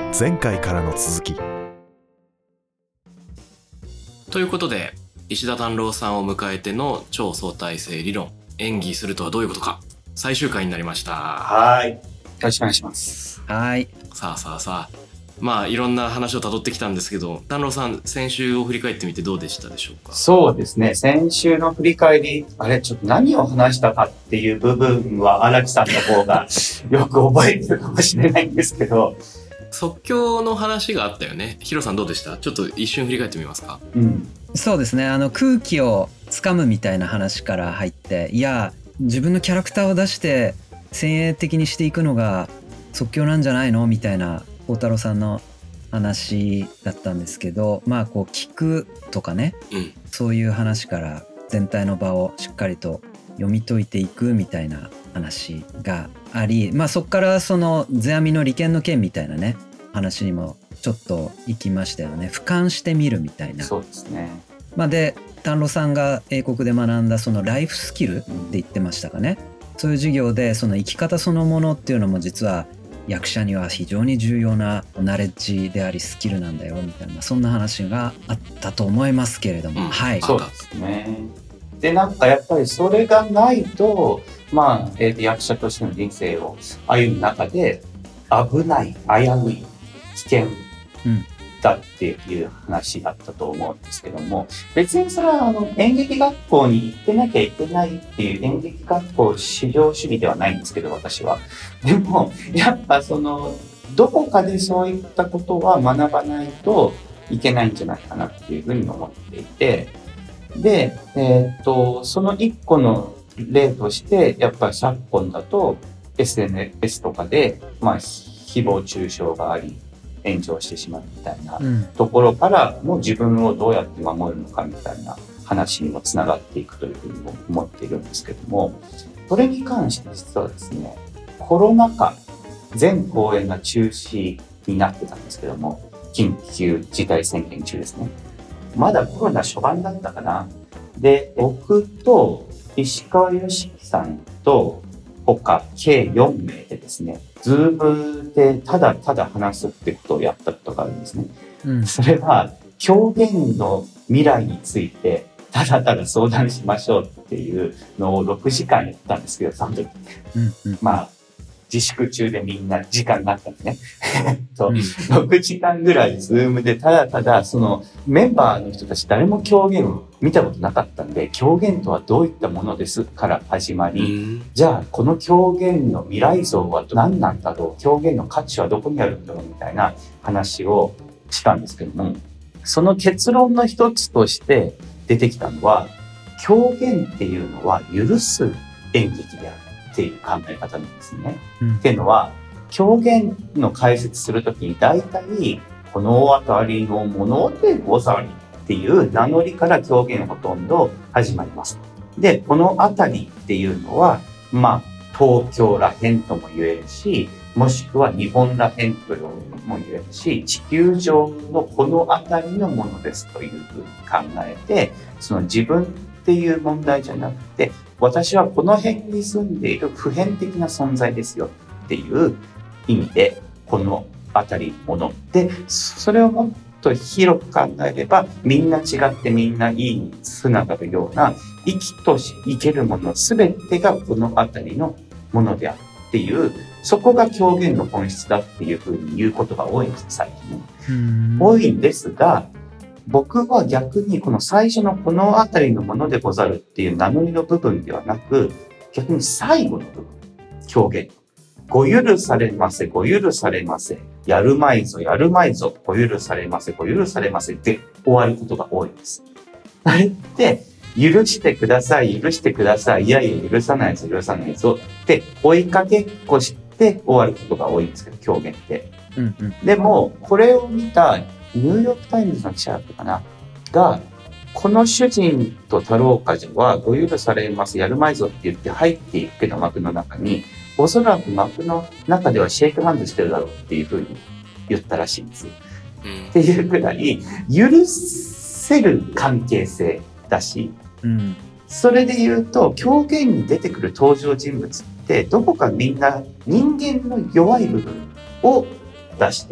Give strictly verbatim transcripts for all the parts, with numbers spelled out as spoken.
前回からの続き。 ということで、石田丹郎さんを迎えての超相対性理論、演技するとはどういうことか、最終回になりました。 はい。よろしくお願いします。 はい。 さあさあさあ、まあいろんな話をたどってきたんですけど、丹郎さん、先週を振り返ってみてどうでしたでしょうか？ そうですね。先週の振り返り、あれ、ちょっと何を話したかっていう部分は荒木さんの方がよく覚えてるかもしれないんですけど、 即興の話があったよね。ヒロさんどうでした？ちょっと一瞬振り返ってみますか？ うん。 そうですね。あの空気をつかむみたいな話から入って、いや自分のキャラクターを出して先鋭的にしていくのが即興なんじゃないのみたいな幸太郎さんの話だったんですけど、まあこう聞くとかね、 うん、 そういう話から全体の場をしっかりと読み解いていくみたいな話があり、まあそこからその世阿弥の利権の権みたいなね話にもちょっと行きましたよね。俯瞰してみるみたいな。 そうですね。 まあで丹郎さんが英国で学んだそのライフスキルって言ってましたかね。そういう授業でその生き方そのものっていうのも実は役者には非常に重要なナレッジでありスキルなんだよみたいな、そんな話があったと思いますけれども、うん、はい。 そうですね。でなんかやっぱりそれがないと、まあ、えー、役者としての人生を歩む中で危ない危うい危険だっていう話だったと思うんですけども、別にそれはあの演劇学校に行ってなきゃいけないっていう演劇学校至上主義ではないんですけど、私は。でもやっぱそのどこかでそういったことは学ばないといけないんじゃないかなっていうふうに思っていて、で、えーっとその一個の例としてやっぱり昨今だと エスエヌエス とかでまあ誹謗中傷があり炎上してしまうみたいなところからもう自分をどうやって守るのかみたいな話にもつながっていくというふうにも思っているんですけども、それに関して実はですね、コロナ禍全公演が中止になってたんですけども、緊急事態宣言中ですね。まだコロナ初版だったかな。で、僕と石川良樹さんと他計よんめいでですね、ズームでただただ話すってことをやったことがあるんですね。うん、それは表現の未来についてただただ相談しましょうっていうのをろくじかんやったんですけど、その時、うんうん、まあ自粛中でみんな時間があったんでねと、うん、ろくじかんぐらいズームでただただそのメンバーの人たち誰も狂言を見たことなかったんで、狂言とはどういったものですから始まり、じゃあこの狂言の未来像は何なんだろう、狂言の価値はどこにあるんだろうみたいな話をしたんですけども、その結論の一つとして出てきたのは、狂言っていうのは許す演劇であるっていう考え方なんですね。うん、っていうのは狂言の解説するときに大体このあたりのものでござりっていう名乗りから狂言ほとんど始まります。で、このあたりっていうのはまあ東京らへんとも言えるし、もしくは日本らへんとも言えるし、地球上のこのあたりのものですというふうに考えて、その自分っていう問題じゃなくて、私はこの辺に住んでいる普遍的な存在ですよっていう意味で、このあたりもので、それをもっと広く考えれば、みんな違ってみんないいにつながるような生きとし生けるもの全てがこのあたりのものであるっていう、そこが狂言の本質だっていうふうに言うことが多いんです、最近ね。多いんですが、僕は逆にこの最初のこのあたりのものでござるっていう名乗りの部分ではなく、逆に最後の部分、狂言。ご許されませ、ご許されませ、やるまいぞ、やるまいぞ、ご許されませ、ご許されませって終わることが多いんです。あれって、許してください、許してください、いやいや許さないぞ、許さないぞって追いかけっこして終わることが多いんですけど、狂言って。うんうん、でも、これを見たニューヨークタイムズの記者だったかなが、この主人と太郎冠者はご許されます、やるまいぞって言って入っていくけど幕の中に、おそらく幕の中ではシェイクハンドしてるだろうっていうふうに言ったらしいんです。うん、っていうくらい許せる関係性だし、うん、それで言うと狂言に出てくる登場人物ってどこかみんな人間の弱い部分を出してる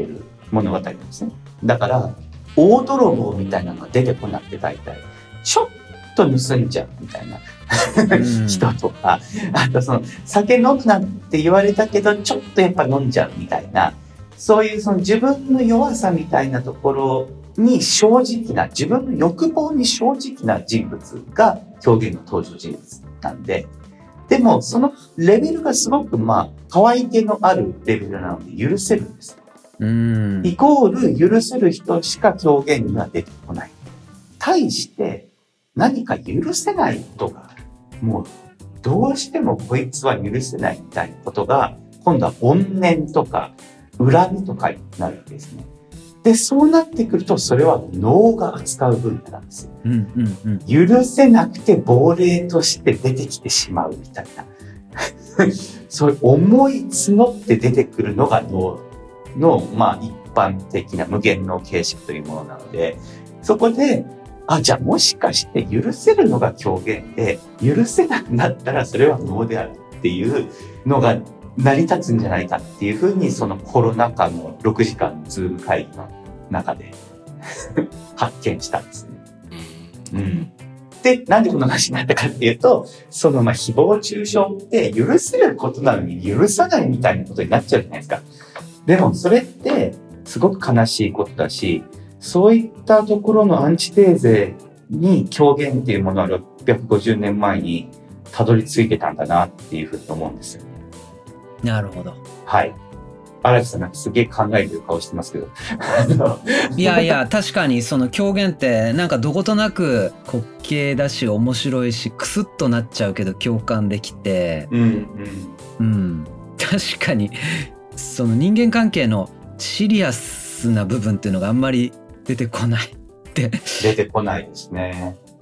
物語なんですね。だから大泥棒みたいなのが出てこなくて、大体ちょっと盗んじゃうみたいな人とか、あとその酒飲むなって言われたけどちょっとやっぱ飲んじゃうみたいな、そういうその自分の弱さみたいなところに正直な、自分の欲望に正直な人物が表現の登場人物なんで、でもそのレベルがすごくまあ可愛げのあるレベルなので許せるんです。 うんイコール許せる人しか表現には出てこない。対して何か許せないことがもうどうしてもこいつは許せないみたいなことが今度は怨念とか恨みとかになるわけですね。で、そうなってくるとそれは脳が扱う分野なんですよ。 うんうんうん、 許せなくて亡霊として出てきてしまうみたいなそういう思い募って出てくるのが脳の、まあ、一般的な無限の形式というものなので、そこであ、じゃあもしかして許せるのが狂言で許せなくなったらそれは脳であるっていうのが成り立つんじゃないかっていうふうに、そのコロナ禍のろくじかんズーム会議の中で発見したんですね。うん。で、なんでこの話になったかっていうと、そのまあ誹謗中傷って許せることなのに許さないみたいなことになっちゃうじゃないですか。でもそれってすごく悲しいことだし、そういったところのアンチテーゼに狂言っていうものはろっぴゃくごじゅうねんまえにたどり着いてたんだなっていうふうに思うんですよね。 なるほど。 はい。荒木さんなんかすげえ考えてる顔してますけど。 いやいや、確かにその狂言ってなんかどことなく滑稽だし面白いしクスッとなっちゃうけど共感できて、 うんうん、 うん、確かにその人間関係のシリアスな部分っていうのがあんまり出てこないって出てこないですね。 うん、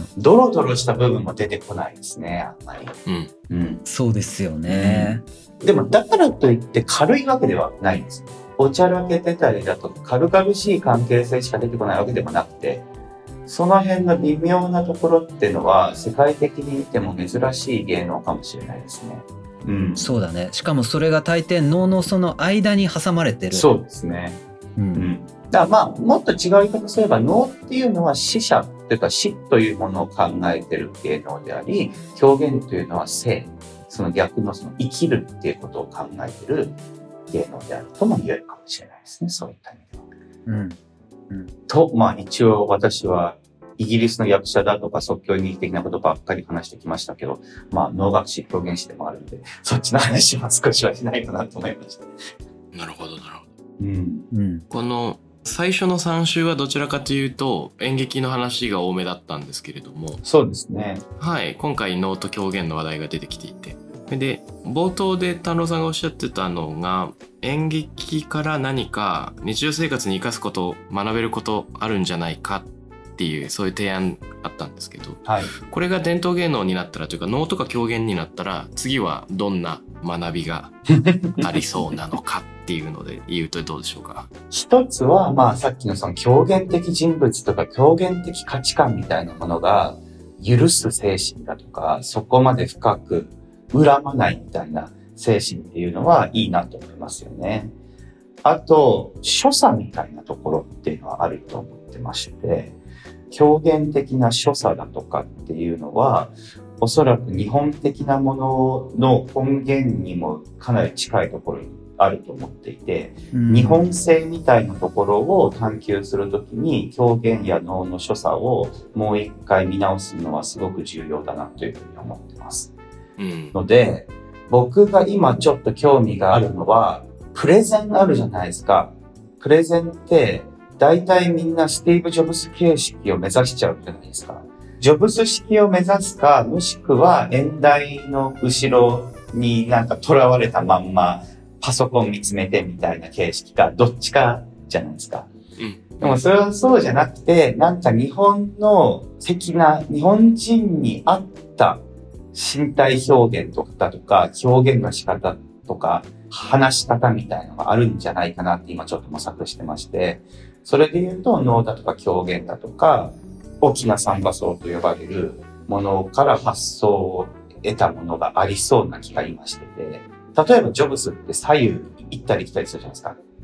ドロドロした部分も出てこないですね、あんまり。 うんうん、 そうですよね、 うん。でもだからといって軽いわけではないんです。おちゃらけてたりだと軽々しい関係性しか出てこないわけでもなくて、その辺の微妙なところっていうのは世界的に見ても珍しい芸能かもしれないですね。うん、 そうだね。しかもそれが大抵能のその間に挟まれてる。 そうですね。 うん。 うん、だからまあもっと違う言い方すれば、能っていうのは死者というか死というものを考えている芸能であり、表現というのは生、その逆のその生きるっていうことを考えている芸能であるとも言えるかもしれないですね。そういった意味では。 うんうん、 と、まあ一応私はイギリスの役者だとか即興演劇的なことばっかり話してきましたけど、まあ能楽師表現師でもあるので、そっちの話は少しはしないかなと思いました。 なるほどなるほど。 うんうん、 この最初のさん週はどちらかというと演劇の話が多めだったんですけれども、 そうですね。 はい、今回能と狂言の話題が出てきていて、で冒頭で丹郎さんがおっしゃってたのが、演劇から何か日常生活に生かすこと、学べることあるんじゃないかっていう、そういう提案あったんですけど、 はい、 これが伝統芸能になったらというか能とか狂言になったら、次はどんな学びがありそうなのかっていうので言うとどうでしょうか。 一つは、まあさっきのその狂言的人物とか狂言的価値観みたいなものが許す精神だとか、そこまで深く恨まないみたいな精神っていうのはいいなと思いますよね。あと、所作みたいなところっていうのはあると思ってまして、狂言的な所作だとかっていうのは、おそらく日本的なものの根源にもかなり近いところにあると思っていて、うん、日本性みたいなところを探求するときに狂言や能の所作をもう一回見直すのはすごく重要だなというふうに思ってます。うん、ので、僕が今ちょっと興味があるのは、プレゼンあるじゃないですか。プレゼンって、大体みんなスティーブ・ジョブス形式を目指しちゃうじゃないですか。ジョブス式を目指すか、もしくは演台の後ろになんか囚われたまんまパソコン見つめてみたいな形式か、どっちかじゃないですか。うん、でもそれはそうじゃなくて、なんか日本の的な、日本人に合った身体表現とかとか、表現の仕方とか、話し方みたいなのがあるんじゃないかなって今ちょっと模索してまして、それで言うと能だとか狂言だとか、大きな三番層と呼ばれるものから発想を得たものがありそうな気が今してて、例えばジョブスって左右行ったり来たりするじゃないですか。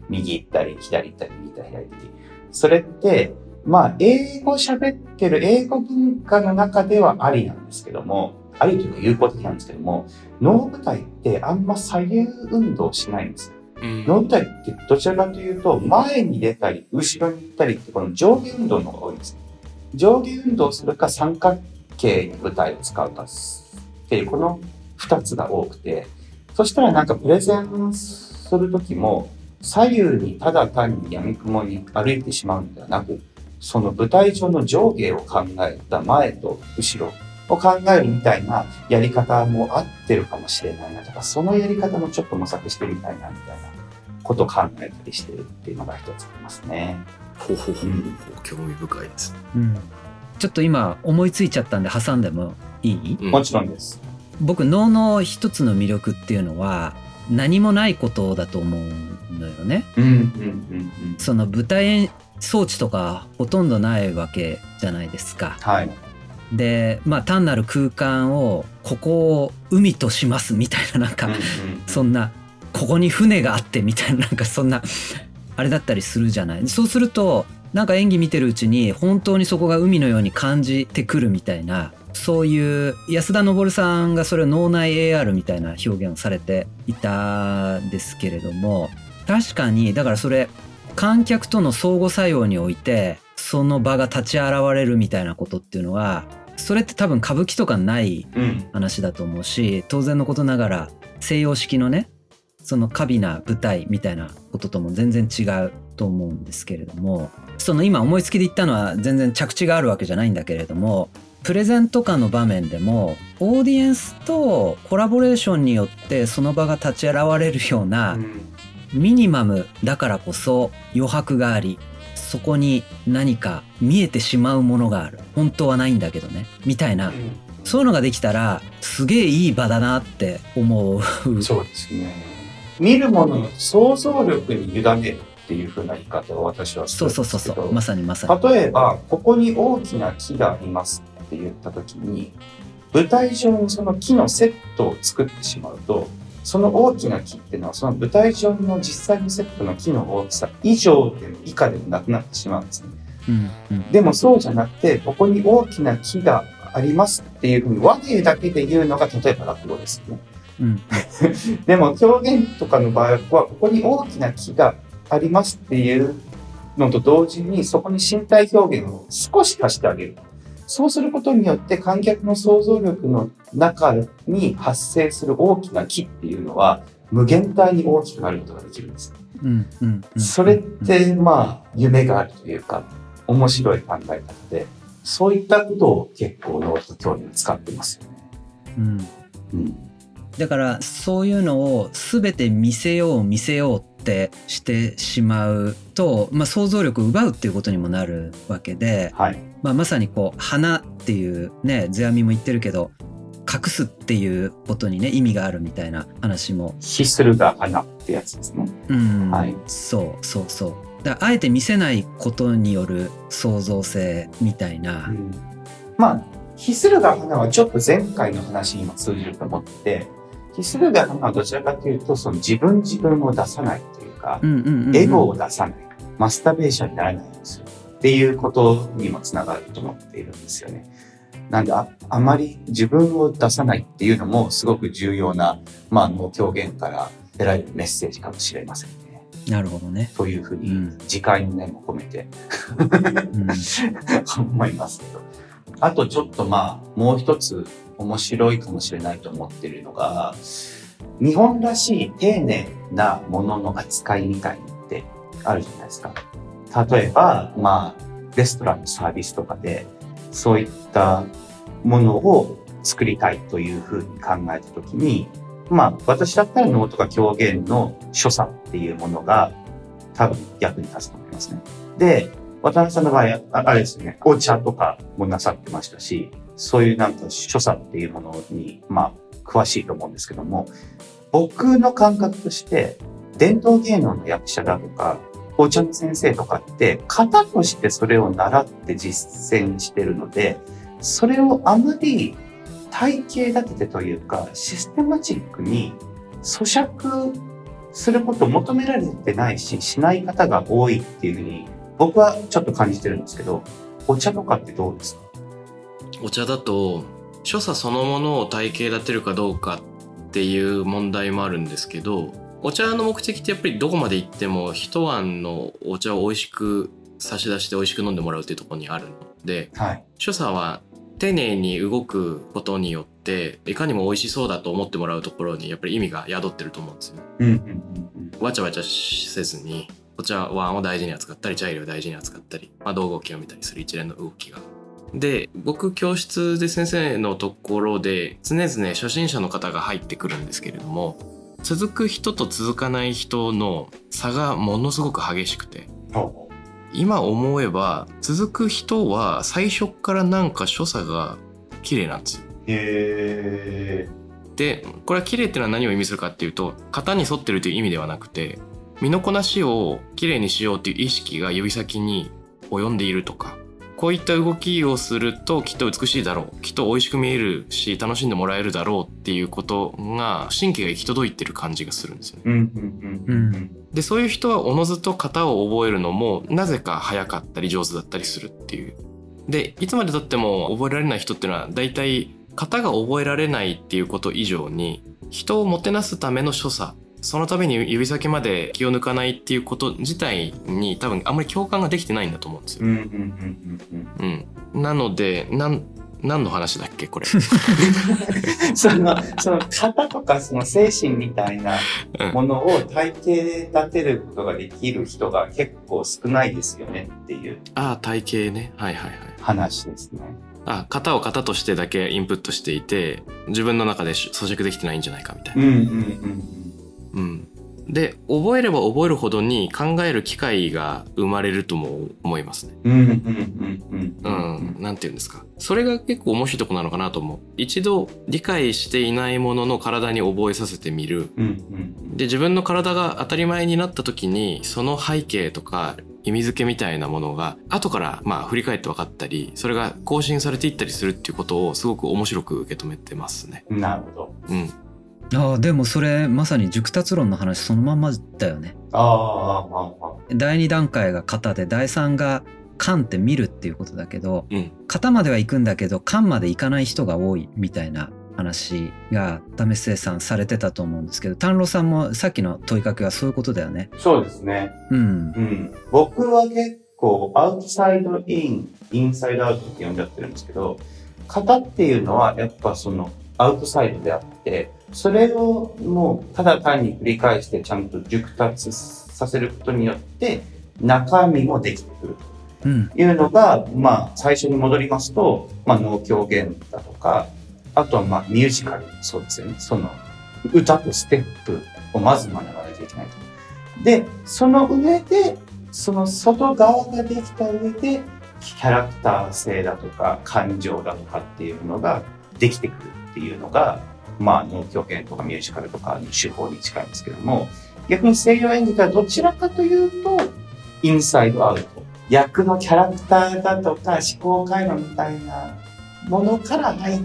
右行ったり、左行ったり、右行ったり、左行ったり。それって、まあ、英語喋ってる英語文化の中ではありなんですけども、ありというか有効的なんですけども、能舞台ってあんま左右運動しないんですよ。うん、能舞台ってどちらかというと、前に出たり、後ろに行ったりって、この上下運動の方が多いんです。上下運動するか三角形に舞台を使うかっていう、この二つが多くて、そしたらなんかプレゼンするときも、左右にただ単に闇雲に歩いてしまうのではなく、その舞台上の上下を考えた前と後ろを考えるみたいなやり方も合ってるかもしれないなとか、そのやり方もちょっと模索してみたいなみたいなことを考えたりしてるっていうのが一つありますね。 ほうほうほう、うん、興味深いです、 うん。ちょっと今思いついちゃったんで挟んでもいい？ うん、もちろんです。 僕能の一つの魅力っていうのは何もないことだと思うのよね。 うんうんうんうん、 その舞台装置とかほとんどないわけじゃないですか。 はい。 で、まあ単なる空間をここを海としますみたいななんか、うんうんうん、そんなここに船があってみたいななんかそんなあれだったりするじゃない。そうするとなんか演技見てるうちに本当にそこが海のように感じてくるみたいな、そういう安田昇さんがそれを脳内 エーアール みたいな表現をされていたんですけれども、確かにだからそれ観客との相互作用においてその場が立ち現れるみたいなことっていうのは、それって多分歌舞伎とかない話だと思うし、当然のことながら西洋式のねその華美な舞台みたいなこととも全然違うと思うんですけれども、その今思いつきで言ったのは全然着地があるわけじゃないんだけれども、プレゼンとかの場面でもオーディエンスとコラボレーションによってその場が立ち現れるようなミニマムだからこそ余白があり、そこに何か見えてしまうものがある、本当はないんだけどねみたいな、そういうのができたらすげえいい場だなって思う。 そうですね。見るものの想像力に委ねるっていう風な言い方を私はするんですけど、 そうそうそうそう、まさにまさに。例えばここに大きな木がありますって言った時に、舞台上にその木のセットを作ってしまうと、その大きな木っていうのはその舞台上の実際のセットの木の大きさ以上でも以下でもなくなってしまうんですね。うんうん、でもそうじゃなくて、ここに大きな木がありますっていうふうに和芸だけで言うのが例えば落語ですよね。うん、でも表現とかの場合はここに大きな木がありますっていうのと同時にそこに身体表現を少し足してあげる。そうすることによって観客の想像力の中に発生する大きな木っていうのは無限大に大きくなることができるんです。うんうんうん、それってまあ夢があるというか面白い考え方で、そういったことを結構能と狂言に使ってますよね。うんうん、だからそういうのを全て見せよう見せようってしてしまうと、まあ、想像力を奪うっていうことにもなるわけで、はいまあ、まさにこう花っていうね世阿弥も言ってるけど隠すっていうことにね意味があるみたいな話も、 秘するが花ってやつですね。 うん、はい、そうそうそう。だからあえて見せないことによる創造性みたいな、うん、 まあ秘するが花はちょっと前回の話にも通じると思ってて、秘するが花はどちらかというとその自分自分を出さないというか、うんうんうんうん、エゴを出さない、マスターベーションにならないんですよっていうことにもつながると思っているんですよね。なんで あ, あまり自分を出さないっていうのもすごく重要な、まあ、能狂言から得られるメッセージかもしれませんね。 なるほどね。 というふうに次回の念も込めて、うん、思いますけど、あとちょっとまあもう一つ面白いかもしれないと思っているのが、日本らしい丁寧なものの扱いみたいにってあるじゃないですか。例えばまあレストランのサービスとかでそういったものを作りたいというふうに考えたときに、まあ私だったら能とか狂言の所作っていうものが多分役に立つと思いますね。で、渡辺さんの場合、あれですね、お茶とかもなさってましたし、そういうなんか所作っていうものにまあ詳しいと思うんですけども、僕の感覚として伝統芸能の役者だとかお茶の先生とかって型としてそれを習って実践してるので、それをあまり体系立ててというかシステマチックに咀嚼することを求められてないし、しない方が多いっていうふうに僕はちょっと感じてるんですけど、お茶とかってどうですか？ お茶だと所作そのものを体系立てるかどうかっていう問題もあるんですけど、お茶の目的ってやっぱりどこまで行っても一碗のお茶を美味しく差し出して美味しく飲んでもらうっていうところにあるので、 はい、 所作は丁寧に動くことによっていかにも美味しそうだと思ってもらうところにやっぱり意味が宿ってると思うんですよ。 うんうんうんうん、 わちゃわちゃせずにお茶碗を大事に扱ったり茶入れを大事に扱ったり、まあ、道具を清めたりする一連の動きが。で僕教室で先生のところで常々初心者の方が入ってくるんですけれども、続く人と続かない人の差がものすごく激しくて、今思えば続く人は最初からなんか所作が綺麗なんですよ。 へー。でこれは綺麗っていうのは何を意味するかっていうと、型に沿ってるという意味ではなくて、身のこなしを綺麗にしようっていう意識が指先に及んでいるとか、こういった動きをするときっと美しいだろう、きっと美味しく見えるし楽しんでもらえるだろうっていうことが神経が行き届いてる感じがするんですよね。 うんうんうんうん、 でそういう人はおのずと型を覚えるのもなぜか早かったり上手だったりするっていう。でいつまでたっても覚えられない人っていうのはだいたい型が覚えられないっていうこと以上に、人をもてなすための所作、そのために指先まで気を抜かないっていうこと自体に多分あんまり共感ができてないんだと思うんですよ。 うんうんうんうん、 うん、なのでなん何の話だっけこれそのその型とかその精神みたいなものを体系立てることができる人が結構少ないですよねっていう。 ああ体系ね、はいはいはい、 話ですね。 あ、型を型としてだけインプットしていて自分の中で咀嚼できてないんじゃないかみたいな。 うんうんうんうん。で覚えれば覚えるほどに考える機会が生まれるとも思いますね。 うんうんうんうん、 うん、なんていうんですか、それが結構面白いとこなのかなと思う。一度理解していないものの体に覚えさせてみる、 うんうん、 で自分の体が当たり前になった時にその背景とか意味付けみたいなものが後からまあ振り返って分かったり、それが更新されていったりするっていうことをすごく面白く受け止めてますね。 なるほど。 うん。 ああ、でもそれまさに熟達論の話そのまんまだよね。 ああ、ああ、 だいに段階が型でだいさんが勘って見るっていうことだけど、 うん、 型までは行くんだけど勘まで行かない人が多いみたいな話が為末さんされてたと思うんですけど、丹野さんもさっきの問いかけはそういうことだよね。 そうですね。 うん。 うん。僕は結構アウトサイドイン、インサイドアウトって呼んじゃってるんですけど、型っていうのはやっぱそのアウトサイドであって、それをもうただ単に繰り返してちゃんと熟達させることによって中身もできてくるというのが、うん、まあ最初に戻りますと、まあ能狂言だとか、あとはまあミュージカルそうですよね。その歌とステップをまず学ばないといけないと。で、その上で、その外側ができた上で、キャラクター性だとか感情だとかっていうのができてくるっていうのが、まあ能狂言とかミュージカルとかの手法に近いんですけども、逆に西洋演劇はどちらかというと、インサイドアウト。役のキャラクターだとか思考回路みたいなものから入って、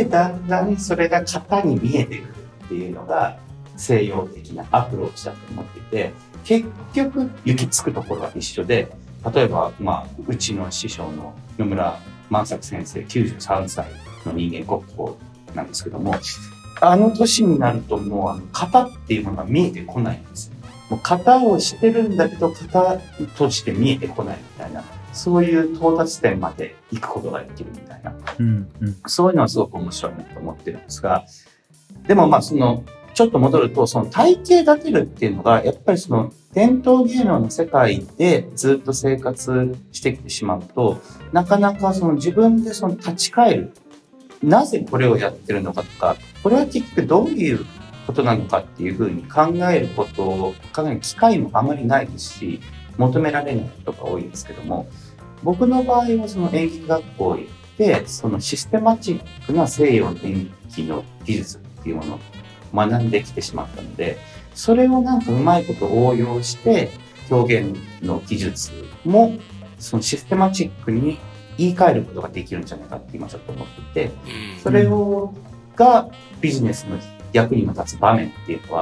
だんだんそれが型に見えてくるっていうのが西洋的なアプローチだと思っていて、結局行き着くところは一緒で、例えば、まあ、うちの師匠の野村万作先生きゅうじゅうさんさいの人間国宝なんですけども、あの年になるともうあの型っていうものが見えてこないんですよ。もう型をしてるんだけど型として見えてこないみたいな、そういう到達点まで行くことができるみたいな、 うんうん、 そういうのはすごく面白いなと思ってるんですが、でもまあそのちょっと戻ると、その体系立てるっていうのがやっぱりその伝統芸能の世界でずっと生活してきてしまうと、なかなかその自分でその立ち返る、なぜこれをやってるのかとか、これは結局どういうことなのかっていうふうに考えることを考える機会もあまりないですし、求められないことが多いんですけども、僕の場合はその演劇学校へ行ってそのシステマチックな西洋演劇の技術っていうものを学んできてしまったので、それをなんかうまいこと応用して表現の技術もそのシステマチックに言い換えることができるんじゃないかって今ちょっと思っていて、それをがビジネスの役にも立つ場面っていうのは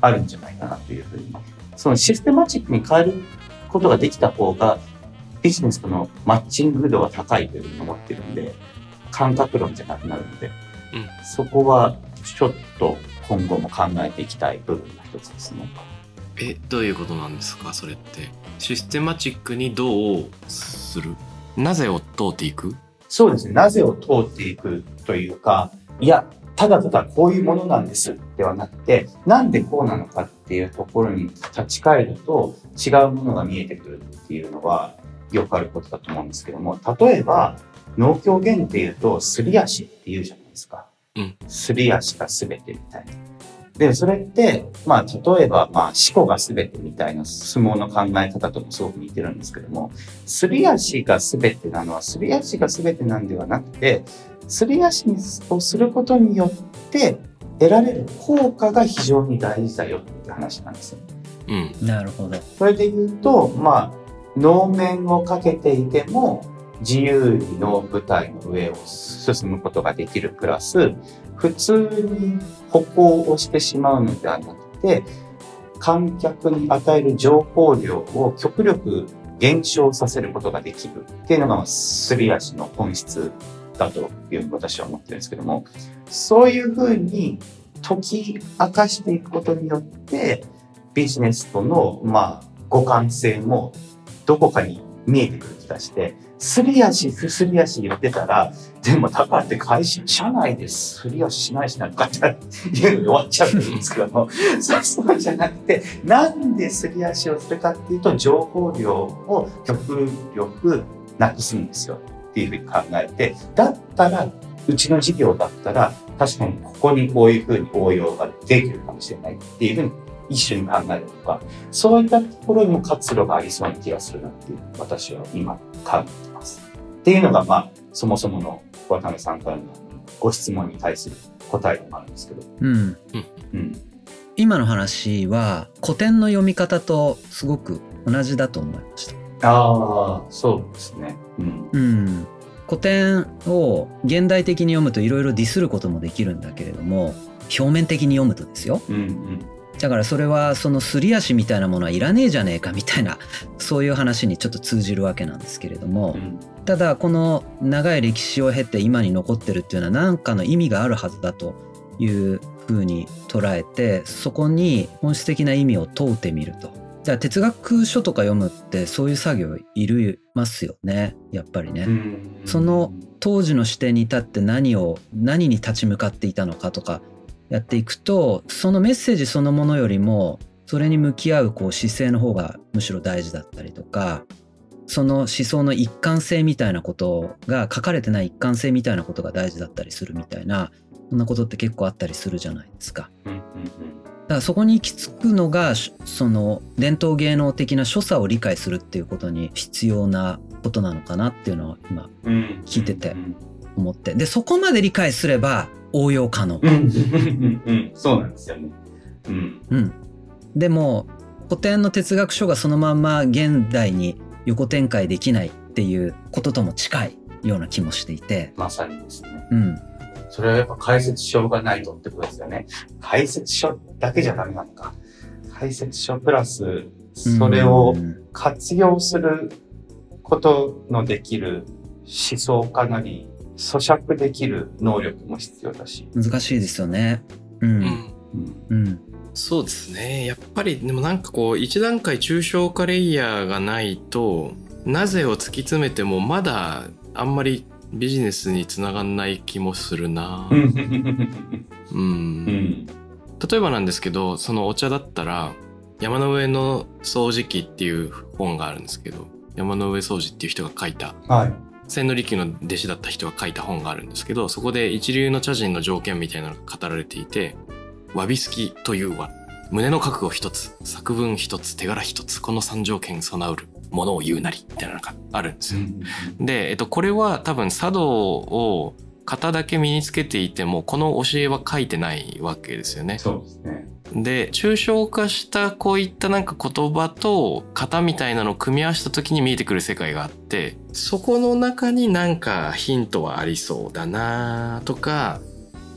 あるんじゃないかなというふうに、そのシステマチックに変えることができた方がビジネスとのマッチング度が高いというふうに思ってるんで、感覚論じゃなくなるので、うん、そこはちょっと今後も考えていきたい部分の一つですね。 え、どういうことなんですかそれって。システマチックにどうする？なぜを通っていく？ そうですね。なぜを通っていくというか、いや、ただただこういうものなんですではなくて、なんでこうなのかっていうところに立ち返ると違うものが見えてくるっていうのはよくあることだと思うんですけども、例えば農協言っていうとすり足って言うじゃないですか。 うん。 すり足が全てみたいな。で、それって、まあ、例えば、まあ、四股が全てみたいな相撲の考え方ともすごく似てるんですけども、すり足が全てなのは、すり足が全てなんではなくて、すり足をすることによって得られる効果が非常に大事だよっていう話なんですよ。 うん。 なるほど。 それで言うと、まあ、能面をかけていても、自由に能舞台の上を進むことができるプラス、普通に歩行をしてしまうのではなくて、観客に与える情報量を極力減少させることができるっていうのがすり足の本質だというふうに私は思ってるんですけども、そういうふうに解き明かしていくことによってビジネスとのまあ互換性もどこかに見えてくる気がして、すり足すり足言ってたら、でもだからって会社社内ですり足しないしなんかっていうので終わっちゃうんですけどもそうじゃなくて、なんですり足をするかっていうと情報量を極力なくすんですよっていうふうに考えて、だったらうちの事業だったら確かにここにこういうふうに応用ができるかもしれないっていうふうに一緒に考えるとか、そういったところにも活路がありそうな気がするなっていう私は今考えてますっていうのが、まあそもそもの渡辺さんからのご質問に対する答えでもあるんですけど、 うん、うん、今の話は古典の読み方とすごく同じだと思いました。 ああ、そうですね。うん。 うん、古典を現代的に読むといろいろディスることもできるんだけれども、表面的に読むとですよ。 うんうん。 だからそれはそのすり足みたいなものはいらねえじゃねえかみたいな、そういう話にちょっと通じるわけなんですけれども、うん、ただこの長い歴史を経て今に残ってるっていうのは何かの意味があるはずだというふうに捉えて、そこに本質的な意味を問うてみると。だから哲学書とか読むってそういう作業いるますよね、やっぱりね。うん、その当時の視点に立って何を何に立ち向かっていたのかとかやっていくと、そのメッセージそのものよりもそれに向き合うこう姿勢の方がむしろ大事だったりとか、その思想の一貫性みたいなことが書かれてない一貫性みたいなことが大事だったりするみたいな、そんなことって結構あったりするじゃないですか。だからそこに行き着くのがその伝統芸能的な所作を理解するっていうことに必要なことなのかなっていうのを今聞いてて思って、でそこまで理解すれば応用可能。 うんうんうん、そうなんですよね。うん。 うん。でも古典の哲学書がそのまんま現代に横展開できないっていうこととも近いような気もしていて。 まさにですね。 うん。 それはやっぱ解説書がないとってことですよね。解説書だけじゃダメなのか。解説書プラスそれを活用することのできる思想家なり咀嚼できる能力も必要だし、 難しいですよね。うん、うんうん、 そうですね。やっぱりでもなんかこう一段階抽象化レイヤーがないと、なぜを突き詰めてもまだあんまりビジネスにつながんない気もするな。うん、うん、例えばなんですけど、そのお茶だったら山の上の掃除機っていう本があるんですけど、山の上掃除っていう人が書いた、はい、千利休の弟子だった人が書いた本があるんですけど、そこで一流の茶人の条件みたいなのが語られていて、わびすきというは胸の覚悟一つ、作文一つ、手柄一つ、この三条件備うるものを言うなりみたいなのがあるんですよ。で、えっと、これは多分茶道を型だけ身につけていてもこの教えは書いてないわけですよね。 そうですね。 で、抽象化したこういったなんか言葉と型みたいなのを組み合わせた時に見えてくる世界があって、そこの中になんかヒントはありそうだなとか、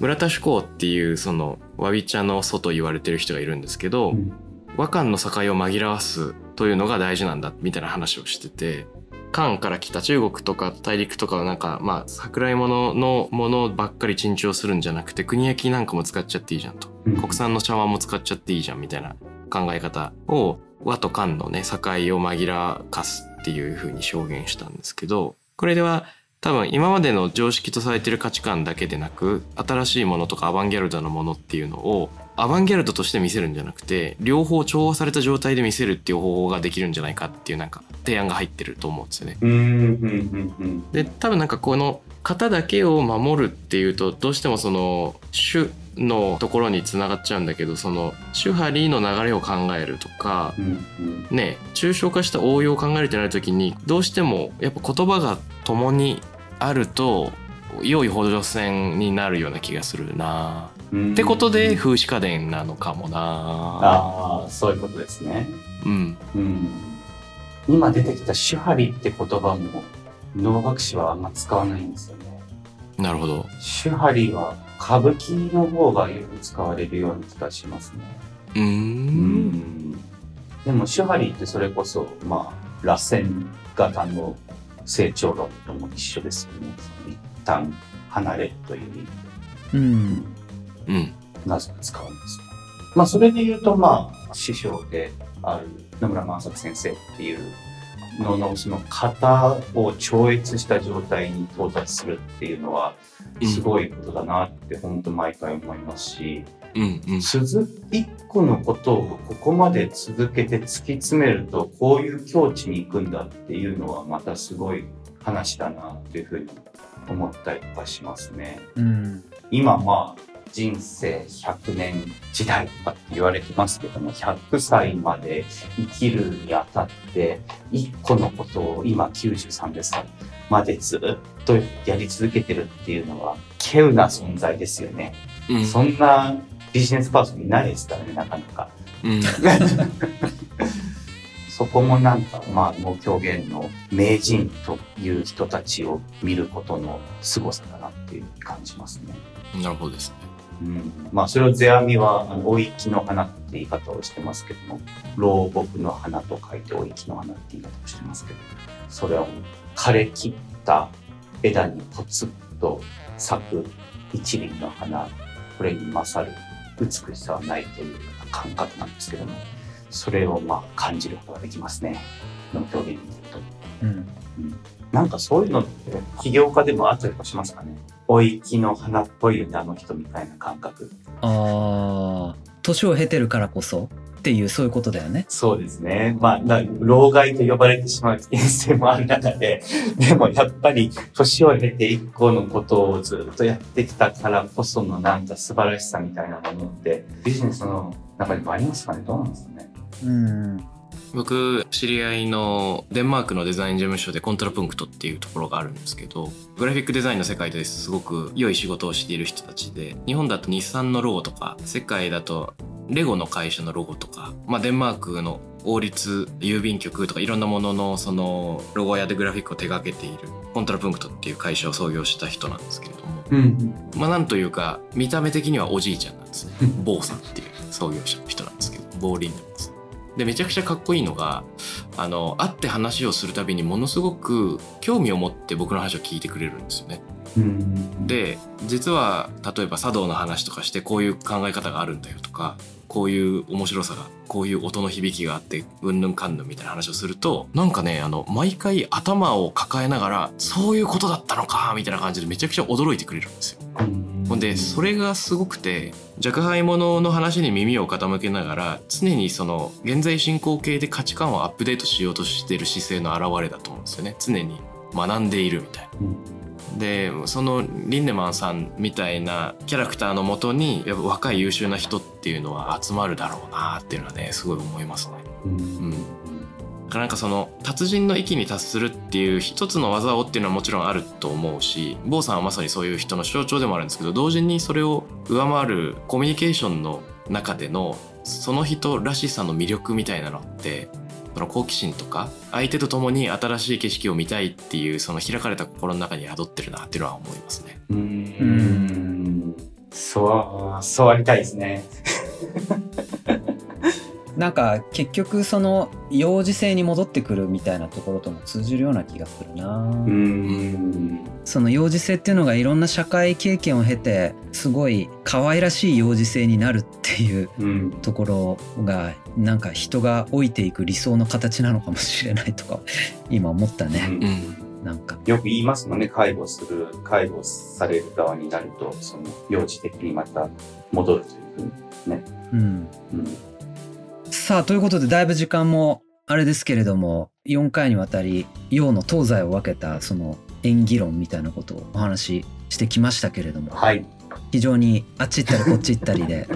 村田志功っていうそのわび茶の祖と言われてる人がいるんですけど、うん、和漢の境を紛らわすというのが大事なんだみたいな話をしてて、漢から来た中国とか大陸とかはなんかまあ舶来物のものばっかり珍重するんじゃなくて、国焼きなんかも使っちゃっていいじゃんと、うん、国産の茶碗も使っちゃっていいじゃんみたいな考え方を和と漢のね境を紛らかすっていう風に証言したんですけど、これでは多分今までの常識とされている価値観だけでなく、新しいものとかアバンギャルドなものっていうのをアバンギャルドとして見せるんじゃなくて、両方調和された状態で見せるっていう方法ができるんじゃないかっていうなんか提案が入ってると思うんですよね。 うんうんうんうん。 で多分なんかこの型だけを守るっていうとどうしてもその主のところにつながっちゃうんだけど、その主張りの流れを考えるとか、うんうん、ね抽象化した応用を考えるってなるときにどうしてもやっぱ言葉が共にあると良い補助線になるような気がするなってことで風刺家電なのかもなあ。そういうことですね。うん、うん、今出てきた主張りって言葉も能楽師はあんま使わないんですよね。 なるほど。 主張りは歌舞伎の方がよく使われるような気がしますね。うーん。うんでも主張りってそれこそまあ螺旋型の成長論とも一緒ですよね。一旦離れるという意味で。うんうん、なぜ使うんですか。まあそれで言うとまあ師匠である野村万作先生っていうののその型を超越した状態に到達するっていうのはすごいことだなって本当毎回思いますし、うんうん、続一個のことをここまで続けて突き詰めるとこういう境地に行くんだっていうのはまたすごい話だなっていうふうに思ったりとかしますね。うん、今まあ人生ひゃくねん時代とかって言われてますけども、ひゃくさいまで生きるにあたって一個のことを今きゅうじゅうさんさいまでずっとやり続けてるっていうのは稀有な存在ですよね。うん、そんなビジネスパーソンいないですからね、なかなか。うん、そこもなんかまあ能狂言の名人という人たちを見ることの凄さだなっていう感じますね。 なるほどですね。 うん、まあそれを世阿弥はあのお粋の花って言い方をしてますけども、老木の花と書いてお粋の花って言い方をしてますけど、それはもう枯れ切った枝にポツッと咲く一輪の花、これに勝る美しさはないという感覚なんですけども、それをまあ感じることができますね、能狂言に見ると。うんうん、なんかそういうのって起業家でもあったりとかしますかね。お粋の花っぽいよね、あの人みたいな感覚。 ああ、年を経てるからこそっていうそういうことだよね。 そうですね。まあ老害と呼ばれてしまう危険性もある中で、でもやっぱり年を経て一個のことをずっとやってきたからこそのなんか素晴らしさみたいなものってビジネスの中にもありますかね。どうなんですかね。うん。 僕知り合いのデンマークのデザイン事務所でコントラプンクトっていうところがあるんですけど、グラフィックデザインの世界ですごく良い仕事をしている人たちで、日本だと日産のロゴとか、世界だとレゴの会社のロゴとか、まあ、デンマークの王立郵便局とかいろんなもののそのロゴやでグラフィックを手掛けているコントラプンクトっていう会社を創業した人なんですけれども、うん、まあなんというか見た目的にはおじいちゃんなんですね。ボーさんっていう創業者の人なんですけど、ボーリンダムです。でめちゃくちゃかっこいいのが、あの会って話をするたびにものすごく興味を持って僕の話を聞いてくれるんですよね。うんで実は例えば茶道の話とかしてこういう考え方があるんだよとか、こういう面白さが、こういう音の響きがあってうんぬんかんぬんみたいな話をすると、なんかねあの毎回頭を抱えながらそういうことだったのかみたいな感じでめちゃくちゃ驚いてくれるんですよ。ほんでそれがすごくて、若輩者の話に耳を傾けながら常にその現在進行形で価値観をアップデートしようとしている姿勢の表れだと思うんですよね。常に学んでいるみたいな。でそのリンデマンさんみたいなキャラクターのもとにやっぱ若い優秀な人っていうのは集まるだろうなっていうのはねすごい思いますね。うん、うんなんかその達人の域に達するっていう一つの技をっていうのはもちろんあると思うし、坊さんはまさにそういう人の象徴でもあるんですけど、同時にそれを上回るコミュニケーションの中でのその人らしさの魅力みたいなのって、その好奇心とか相手と共に新しい景色を見たいっていうその開かれた心の中に宿ってるなっていうのは思いますね。うーんそうそうありたいですね。 なんか結局その幼児性に戻ってくるみたいなところとも通じるような気がするな。 うーんその幼児性っていうのがいろんな社会経験を経てすごい可愛らしい幼児性になるっていうところがなんか人が老いていく理想の形なのかもしれないとか今思ったね。 うん、 なんかよく言いますもんね、介護する介護される側になるとその幼児的にまた戻るというふうにね。 うん、 うんさあということでだいぶ時間もあれですけれどもよんかいにわたり洋の東西を分けたその演技論みたいなことをお話ししてきましたけれども、 はい、 非常にあっち行ったりこっち行ったりで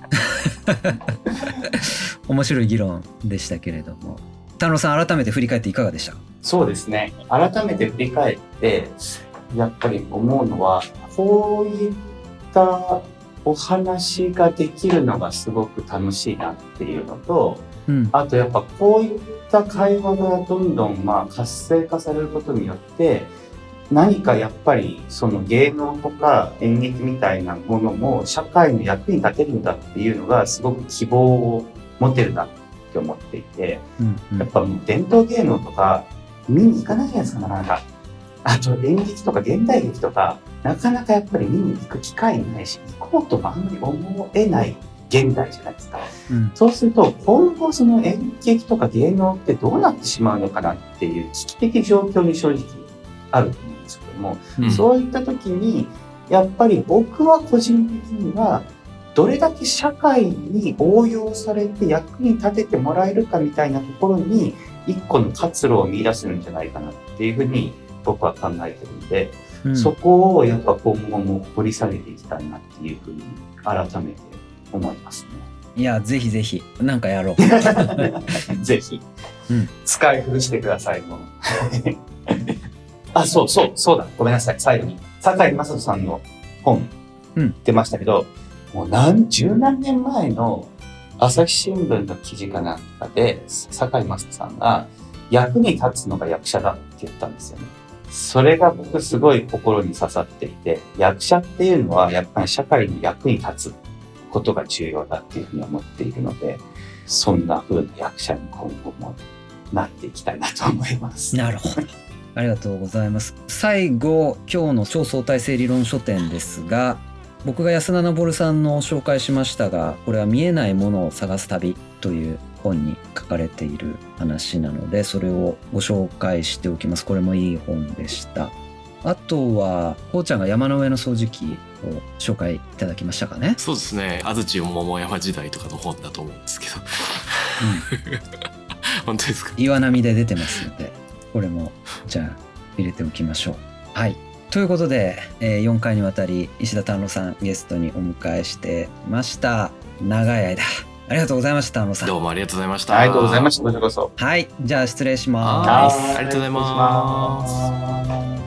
面白い議論でしたけれども、丹野さん改めて振り返っていかがでしたか？ そうですね、改めて振り返ってやっぱり思うのはこういったお話ができるのがすごく楽しいなっていうのと、うん、あとやっぱこういった会話がどんどんまあ活性化されることによって何かやっぱりその芸能とか演劇みたいなものも社会の役に立てるんだっていうのがすごく希望を持てるなって思っていて、うんうん、やっぱもう伝統芸能とか見に行かないじゃないですか、なかなか。あと演劇とか現代劇とかなかなかやっぱり見に行く機会ないし行こうともあんまり思えない現代じゃないですか、うん、そうすると今後その演劇とか芸能ってどうなってしまうのかなっていう危機的状況に正直あると思うんですけども、うん、そういった時にやっぱり僕は個人的にはどれだけ社会に応用されて役に立ててもらえるかみたいなところに一個の活路を見出せるんじゃないかなっていうふうに僕は考えてるんで、うん、そこをやっぱ今後も掘り下げていきたいなっていうふうに改めて思いますね。 いやぜひぜひなんかやろうぜひ、うん、使い古してくださいもうあそうそうそうだごめんなさい、最後に堺雅人さんの本、うん、出ましたけど、もう何十何年前の朝日新聞の記事かなんかで堺雅人さんが役に立つのが役者だって言ったんですよね。それが僕すごい心に刺さっていて、役者っていうのはやっぱり社会の役に立つことが重要だっていうふうに思っているので、そんな風な役者に今後もなっていきたいなと思います。 なるほど。ありがとうございます。最後、今日の超相対性理論書店ですが、僕が安田昇さんの紹介しましたが、これは見えないものを探す旅という本に書かれている話なので、それをご紹介しておきます。これもいい本でした。あとはこうちゃんが山の上の掃除機を紹介いただきましたかね。 そうですね、安土桃山時代とかの本だと思うんですけど、うん、本当ですか？ 岩波で出てますので、これもじゃあ入れておきましょう。はい、ということで、えー、よんかいにわたり石田丹野さんゲストにお迎えしてました。長い間ありがとうございました。丹野さん、 どうもありがとうございました。 ありがとうございました。こちらこそ。 はい、じゃあ失礼します。 はい、ありがとうございます。